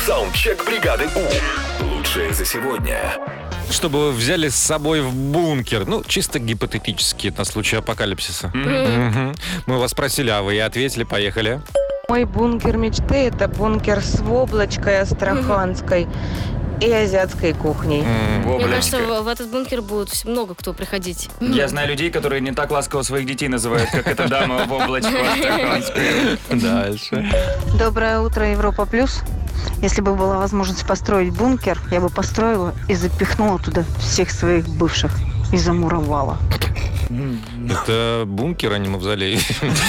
Саундчек бригады У. Лучшее за сегодня. Чтобы вы взяли с собой в бункер. Ну, чисто гипотетически, на случай апокалипсиса. Мы вас спросили, а вы и ответили. Поехали. Мой бункер мечты – это бункер с воблочкой астраханской и азиатской кухней. Мне кажется, в этот бункер будет много кто приходить. Я знаю людей, которые не так ласково своих детей называют, как эта дама в облачко астраханское. Дальше. Доброе утро, Европа Плюс. Если бы была возможность построить бункер, я бы построила и запихнула туда всех своих бывших и замуровала. Это бункер, а не мавзолей.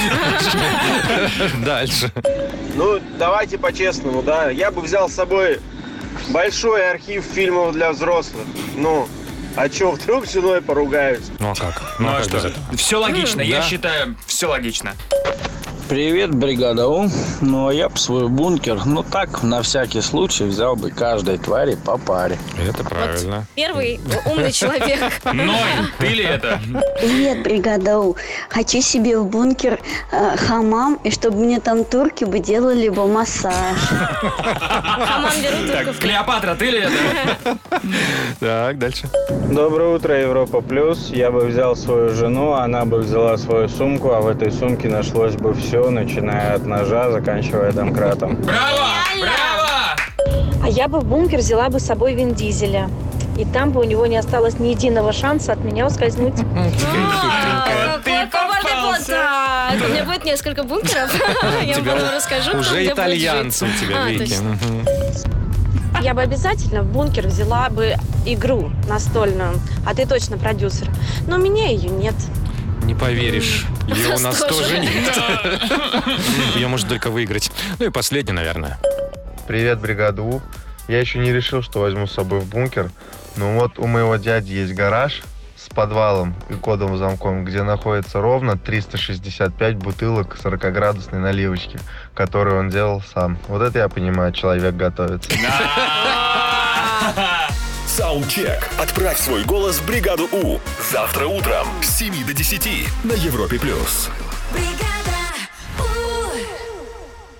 Дальше. Ну, давайте по-честному, да. Я бы взял с собой большой архив фильмов для взрослых. Ну, а чё, вдруг с женой поругаюсь? Ну а как? Ну а как без что? этого? Все логично, я Да. считаю, все логично. Привет, бригада У. Ну, а я бы свой бункер, так, на всякий случай, взял бы каждой твари по паре. Это правильно. Первый умный человек. Ной, ты ли это? Привет, бригада У. Хочу себе в бункер хамам, и чтобы мне там турки бы делали бы массаж. Хамам берут только Так, в Клеопатра, ты ли это? Так, дальше. Доброе утро, Европа Плюс. Я бы взял свою жену, она бы взяла свою сумку, а в этой сумке нашлось бы все, начиная от ножа, заканчивая домкратом. Браво! Браво! А я бы в бункер взяла бы с собой Вин Дизеля. И там бы у него не осталось ни единого шанса от меня ускользнуть. Какой коварный план. Так, у меня будет несколько бункеров. Я вам потом расскажу, кто Уже где будет итальянцем жить. тебя, Вики. Точно. Я бы обязательно в бункер взяла бы игру настольную. А ты точно продюсер. Но у меня ее нет. Не поверишь, ее у нас тоже. тоже нет. Ее можно только выиграть. Ну и последний, наверное. Привет, бригада У. Я еще не решил, что возьму с собой в бункер. Но вот у моего дяди есть гараж с подвалом и кодовым замком, где находится ровно 365 бутылок 40-градусной наливочки, которую он делал сам. Вот это я понимаю, человек готовится. Саундчек. Отправь свой голос в бригаду У. Завтра утром с 7 до 10 на Европе+. Бригада!